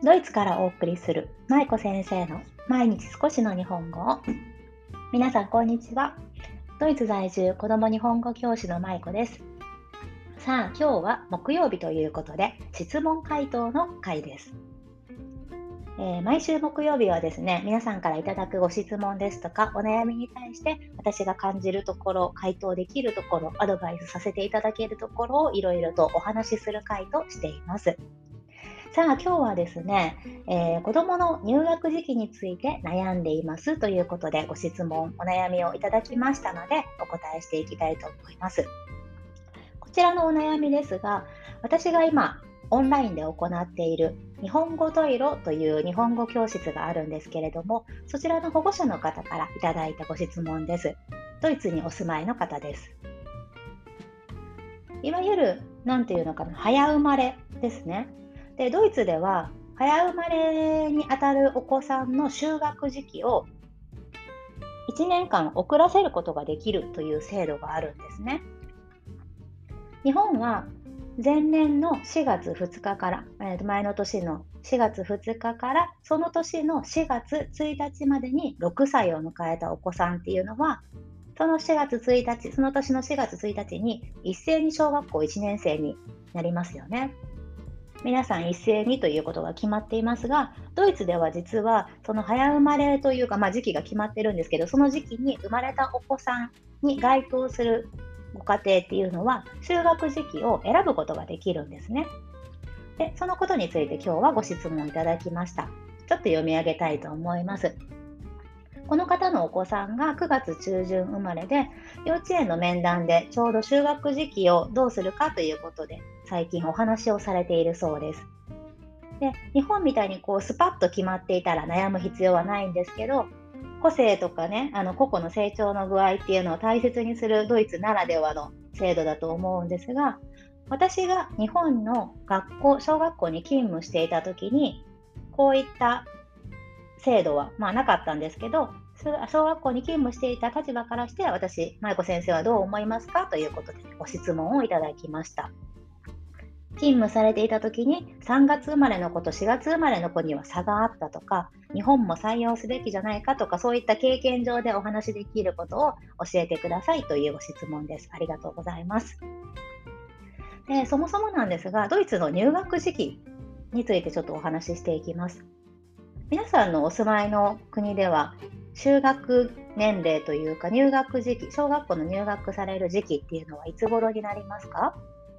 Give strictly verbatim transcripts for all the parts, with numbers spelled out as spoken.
ドイツからお送りする舞子先生の毎日少しの日本語を。皆さんこんにちは。ドイツ在住子ども日本語教師の舞子です。さあ今日は木曜日ということで質問回答の回です。えー、毎週木曜日はですね、皆さんからいただくご質問ですとかお悩みに対して私が感じるところ、回答できるところ、アドバイスさせていただけるところをいろいろとお話しする回としています。さあ今日はですね、えー、子どもの入学時期について悩んでいますということでご質問、お悩みをいただきましたのでお答えしていきたいと思います。こちらのお悩みですが、私が今オンラインで行っている日本語トイロという日本語教室があるんですけれども、そちらの保護者の方からいただいたご質問です。ドイツにお住まいの方です。いわゆるなんていうのかな、早生まれですね。でドイツでは早生まれにあたるお子さんの就学時期をいちねんかん遅らせることができるという制度があるんですね。日本は前年のしがつふつかから、前の年のしがつふつかからその年のしがつついたちまでにろくさいを迎えたお子さんっていうのは、そのしがつついたち、その年のしがつついたちに一斉に小学校いちねん生になりますよね。皆さん一斉にということが決まっていますが、ドイツでは実はその早生まれというか、まあ、時期が決まってるんですけど、その時期に生まれたお子さんに該当するご家庭っていうのは就学時期を選ぶことができるんですね。で、そのことについて今日はご質問いただきました。ちょっと読み上げたいと思います。この方のお子さんがくがつちゅうじゅん生まれで、幼稚園の面談でちょうど就学時期をどうするかということで最近お話をされているそうです。で、日本みたいにこうスパッと決まっていたら悩む必要はないんですけど、個性とかね、あの個々の成長の具合っていうのを大切にするドイツならではの制度だと思うんですが、私が日本の学校、小学校に勤務していた時にこういった制度はまあなかったんですけど、小学校に勤務していた立場からして私、舞子先生はどう思いますかということでご質問をいただきました。勤務されていた時にさんがつ生まれの子としがつ生まれの子には差があったとか、日本も採用すべきじゃないかとか、そういった経験上でお話しできることを教えてくださいというご質問です。ありがとうございます。で、そもそもなんですが、ドイツの入学時期についてちょっとお話ししていきます。皆さんのお住まいの国では就学年齢というか入学時期、小学校の入学される時期っていうのはいつ頃になりますか？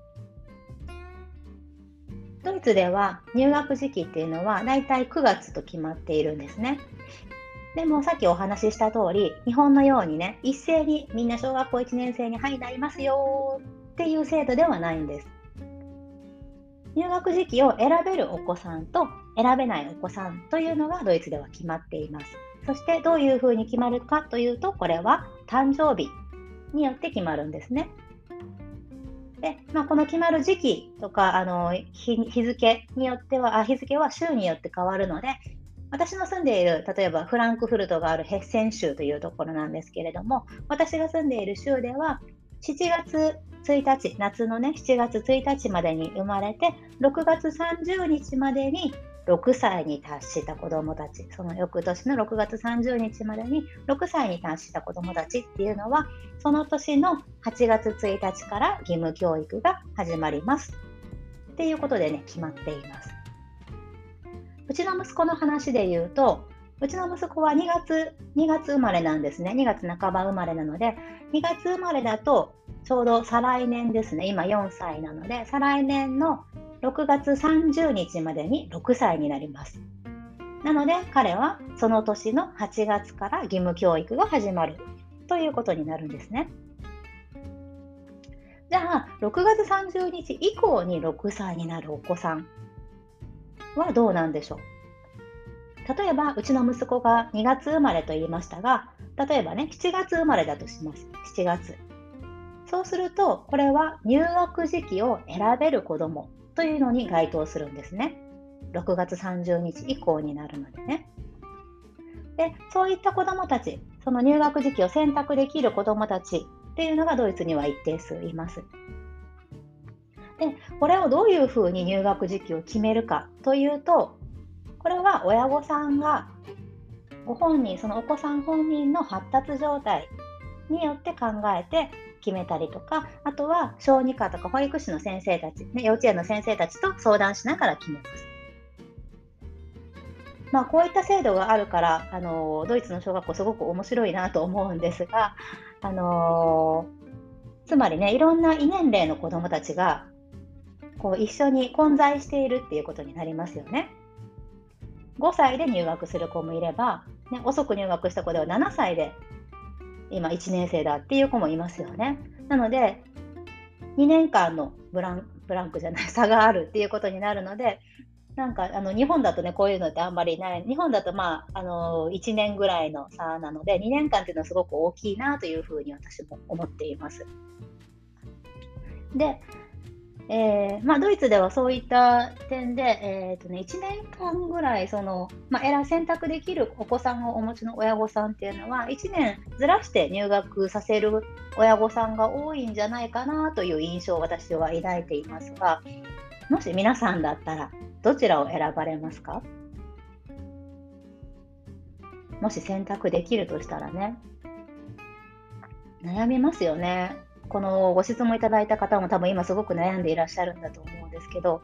ドイツでは入学時期っていうのはだいたいくがつと決まっているんですね。でもさっきお話しした通り、日本のようにね、一斉にみんな小学校いちねん生にはいなりますよっていう制度ではないんです。入学時期を選べるお子さんと選べないお子さんというのがドイツでは決まっています。そしてどういうふうに決まるかというと、これは誕生日によって決まるんですね。で、まあ、この決まる時期とかあの 日, 日付によってはあ日付は週によって変わるので、私の住んでいる例えばフランクフルトがあるヘッセン州というところなんですけれども、私が住んでいる州ではしちがつついたち、夏のねしちがつついたちまでに生まれてろくがつさんじゅうにちまでにろくさいに達した子どもたち、その翌年のろくがつさんじゅうにちまでにろくさいに達した子どもたちっていうのは、その年のはちがつついたちから義務教育が始まりますっていうことでね、決まっています。うちの息子の話で言うと、うちの息子はにがつ生まれなんですね。にがつなかば生まれなので、にがつ生まれだとちょうど再来年ですね。今よんさいなので、再来年のろくがつさんじゅうにちまでにろくさいになります。なので彼はその年のはちがつから義務教育が始まるということになるんですね。じゃあろくがつさんじゅうにち以降にろくさいになるお子さんはどうなんでしょう。例えばうちの息子がにがつ生まれと言いましたが、例えばねしちがつ生まれだとします。しちがつ、そうするとこれは入学時期を選べる子どもというのに該当するんですね。ろくがつさんじゅうにち以降になるのでね。で、そういった子どもたち、その入学時期を選択できる子どもたちっていうのがドイツには一定数います。で、これをどういうふうに入学時期を決めるかというと、 これは親御さんがご本人、そのお子さん本人の発達状態によって考えて決めたりとか、あとは小児科とか保育士の先生たち、ね、幼稚園の先生たちと相談しながら決めます。まあ、こういった制度があるから、あのドイツの小学校すごく面白いなと思うんですが、あのつまりね、いろんな異年齢の子どもたちがこう一緒に混在しているっていうことになりますよね。ごさいで入学する子もいれば、ね、遅く入学した子ではななさいで今いちねん生だっていう子もいますよね。なのでにねんかんのブラン、ブランクじゃない差があるっていうことになるので、なんかあの日本だとね、こういうのってあんまりない。日本だと、まあ、あのいちねんぐらいの差なので、にねんかんっていうのはすごく大きいなというふうに私も思っています。で、えーまあ、ドイツではそういった点で、えーとね、いちねんかんぐらいその、まあ、選選択できるお子さんをお持ちの親御さんっていうのはいちねんずらして入学させる親御さんが多いんじゃないかなという印象を私は抱いていますが、もし皆さんだったらどちらを選ばれますか？もし選択できるとしたらね、悩みますよね。このご質問いただいた方も多分今すごく悩んでいらっしゃるんだと思うんですけど、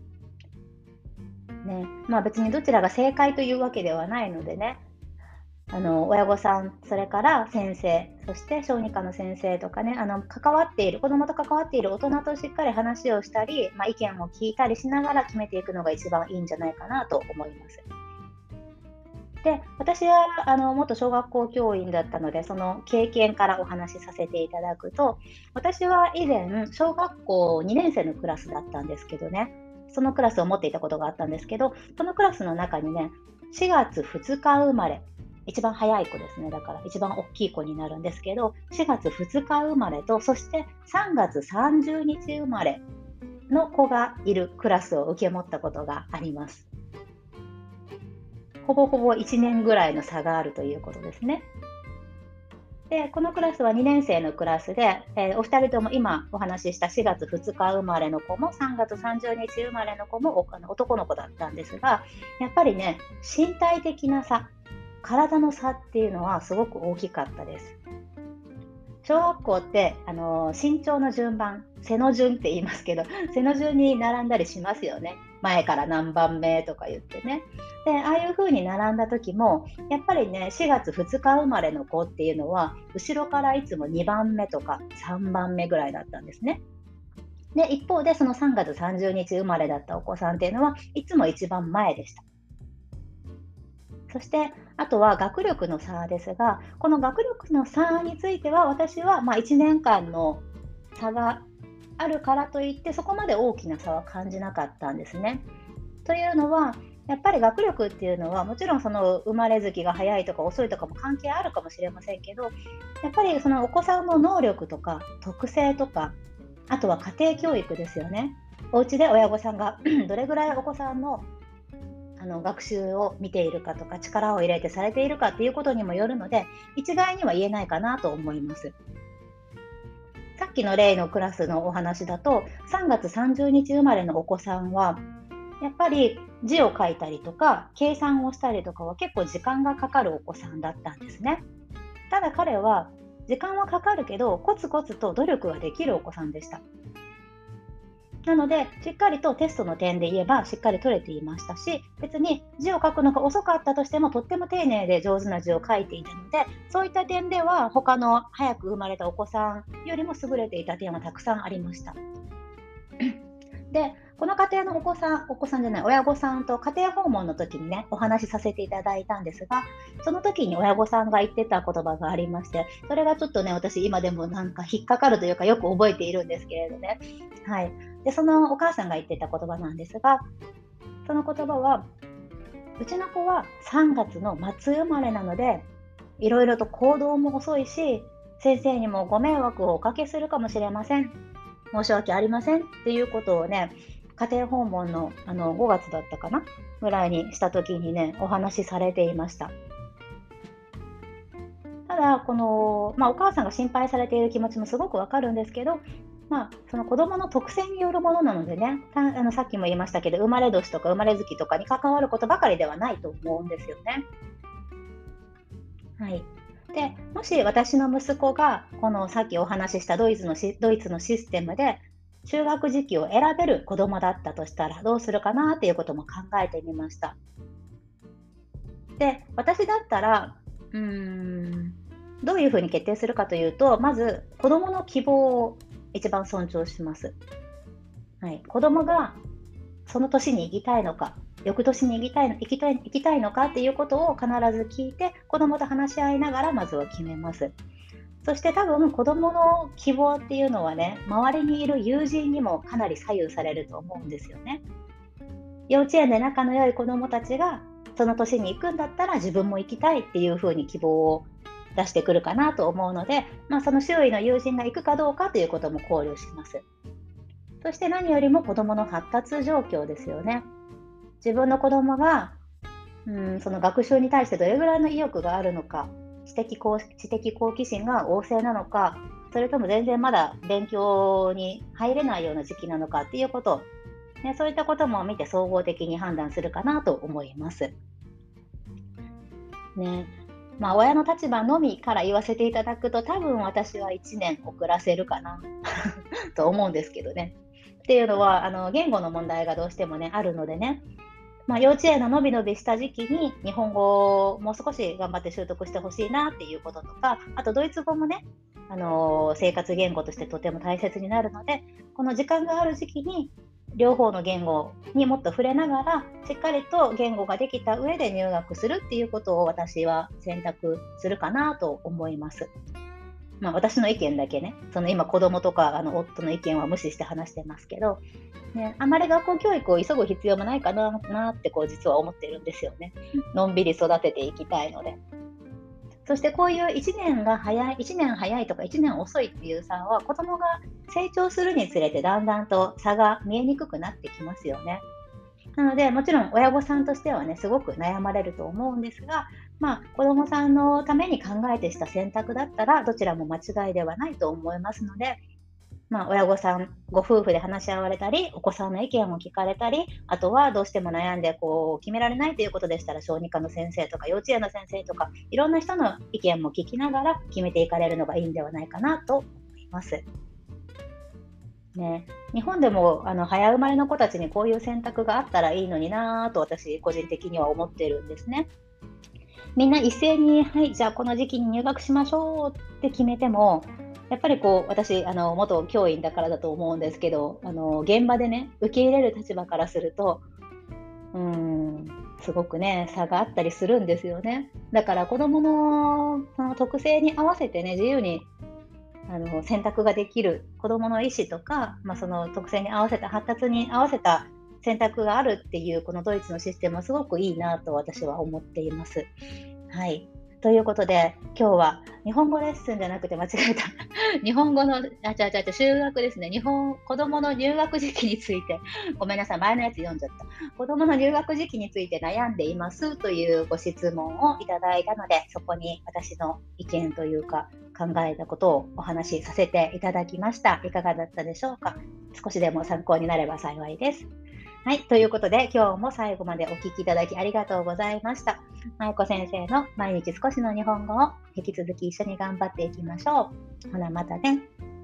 ね、まあ別にどちらが正解というわけではないのでね、あの親御さん、それから先生、そして小児科の先生とかね、あの関わっている子どもと関わっている大人としっかり話をしたり、まあ、意見を聞いたりしながら決めていくのが一番いいんじゃないかなと思います。で、私はあの元小学校教員だったので、その経験からお話しさせていただくと、私は以前小学校にねん生のクラスだったんですけどね、そのクラスを持っていたことがあったんですけど、そのクラスの中にね、しがつふつか生まれ、一番早い子ですね、だから一番大きい子になるんですけど、しがつふつか生まれと、そしてさんがつさんじゅうにち生まれの子がいるクラスを受け持ったことがあります。ほぼほぼいちねんぐらいの差があるということですね。で、このクラスはにねん生のクラスで、えーお二人とも今お話ししたしがつふつか生まれの子もさんがつさんじゅうにち生まれの子もあの男の子だったんですが、やっぱりね、身体的な差、体の差っていうのはすごく大きかったです。小学校ってあの身長の順番、背の順って言いますけど、背の順に並んだりしますよね。前から何番目とか言ってね。で、ああいう風に並んだ時も、やっぱりね、しがつふつか生まれの子っていうのは、後ろからいつもにばんめとかさんばんめぐらいだったんですね。で、一方でそのさんがつさんじゅうにち生まれだったお子さんっていうのは、いつも一番前でした。そして、あとは学力の差ですが、この学力の差については、私はまあいちねんかんの差があるからといって、そこまで大きな差は感じなかったんですね。というのは、やっぱり学力っていうのは、もちろんその生まれ月が早いとか遅いとかも関係あるかもしれませんけど、やっぱりそのお子さんの能力とか特性とか、あとは家庭教育ですよね。お家で親御さんがどれぐらいお子さんのあの学習を見ているかとか力を入れてされているかっていうことにもよるので、一概には言えないかなと思います。さっきの例のクラスのお話だと、さんがつさんじゅうにち生まれのお子さんはやっぱり字を書いたりとか計算をしたりとかは結構時間がかかるお子さんだったんですね。ただ彼は時間はかかるけどコツコツと努力ができるお子さんでした。なので、しっかりとテストの点で言えばしっかり取れていましたし、別に字を書くのが遅かったとしてもとっても丁寧で上手な字を書いていたので、そういった点では他の早く生まれたお子さんよりも優れていた点はたくさんありました。で、この家庭のお子さん、お子さんじゃない、親御さんと家庭訪問の時にね、お話しさせていただいたんですが、その時に親御さんが言ってた言葉がありまして、それがちょっとね、私今でもなんか引っかかるというかよく覚えているんですけれどね。はい。で、そのお母さんが言ってた言葉なんですが、その言葉は、うちの子はさんがつの末生まれなので、いろいろと行動も遅いし、先生にもご迷惑をおかけするかもしれません。申し訳ありませんっていうことをね、家庭訪問の、あのごがつだったかなぐらいにした時にね、お話しされていました。ただこの、まあ、お母さんが心配されている気持ちもすごくわかるんですけど、 まあ、その子どもの特性によるものなのでね、たあのさっきも言いましたけど、生まれ年とか生まれ月とかに関わることばかりではないと思うんですよね。はい。で、もし私の息子がこのさっきお話ししたドイツのシドイツのシステムで就学時期を選べる子どもだったとしたらどうするかなっていうことも考えてみました。で、私だったら、うーん、どういうふうに決定するかというと、まず子どもの希望を一番尊重します。はい。子どもがその年に行きたいのか、翌年に行きたいの行きたい行きたいのかっていうことを必ず聞いて、子どもと話し合いながらまずは決めます。そして多分子どもの希望っていうのはね、周りにいる友人にもかなり左右されると思うんですよね。幼稚園で仲の良い子どもたちがその年に行くんだったら自分も行きたいっていうふうに希望を出してくるかなと思うので、まあ、その周囲の友人が行くかどうかということも考慮します。そして何よりも子どもの発達状況ですよね。自分の子どもがうんその学習に対してどれぐらいの意欲があるのか、知的好知的好奇心が旺盛なのか、それとも全然まだ勉強に入れないような時期なのかっていうこと、ね、そういったことも見て総合的に判断するかなと思います。ね。まあ、親の立場のみから言わせていただくと、多分私はいちねん遅らせるかなと思うんですけどね。っていうのは、あの言語の問題がどうしてもね、あるのでね、まあ、幼稚園ののびのびした時期に日本語をもう少し頑張って習得してほしいなっていうこととか、あとドイツ語もね、あのー生活言語としてとても大切になるので、この時間がある時期に両方の言語にもっと触れながら、しっかりと言語ができた上で入学するっていうことを私は選択するかなと思います。まあ、私の意見だけね、その今子供とかあの夫の意見は無視して話してますけど、ね、あまり学校教育を急ぐ必要もないかな、なってこう実は思ってるんですよね。のんびり育てていきたいので。そしてこういういちねんが早い、いちねん早いとかいちねん遅いっていう差は子供が成長するにつれてだんだんと差が見えにくくなってきますよね。なので、もちろん親御さんとしてはね、すごく悩まれると思うんですが、まあ、子どもさんのために考えてした選択だったら、どちらも間違いではないと思いますので、まあ、親御さん、ご夫婦で話し合われたり、お子さんの意見を聞かれたり、あとはどうしても悩んでこう決められないということでしたら、小児科の先生とか幼稚園の先生とか、いろんな人の意見も聞きながら決めていかれるのがいいんではないかなと思います。ね、日本でもあの早生まれの子たちにこういう選択があったらいいのになぁと私個人的には思ってるんですね。みんな一斉に、はい、じゃあこの時期に入学しましょうって決めても、やっぱりこう私あの元教員だからだと思うんですけど、あの現場でね受け入れる立場からすると、うーんすごくね差があったりするんですよね。だから子どものその特性に合わせてね自由にあの選択ができる子どもの意思とか、まあ、その特性に合わせた発達に合わせた選択があるっていうこのドイツのシステムはすごくいいなと私は思っています。はい。ということで今日は日本語レッスンじゃなくて間違えた日本語のあ違う違う違う就学ですね。日本子どもの入学時期についてごめんなさい前のやつ読んじゃった。子どもの入学時期について悩んでいますというご質問をいただいたので、そこに私の意見というか考えたことをお話しさせていただきました。いかがだったでしょうか。少しでも参考になれば幸いです。はい、ということで今日も最後までお聞きいただきありがとうございました。まゆこ先生の毎日少しの日本語を引き続き一緒に頑張っていきましょう。ほなまたね。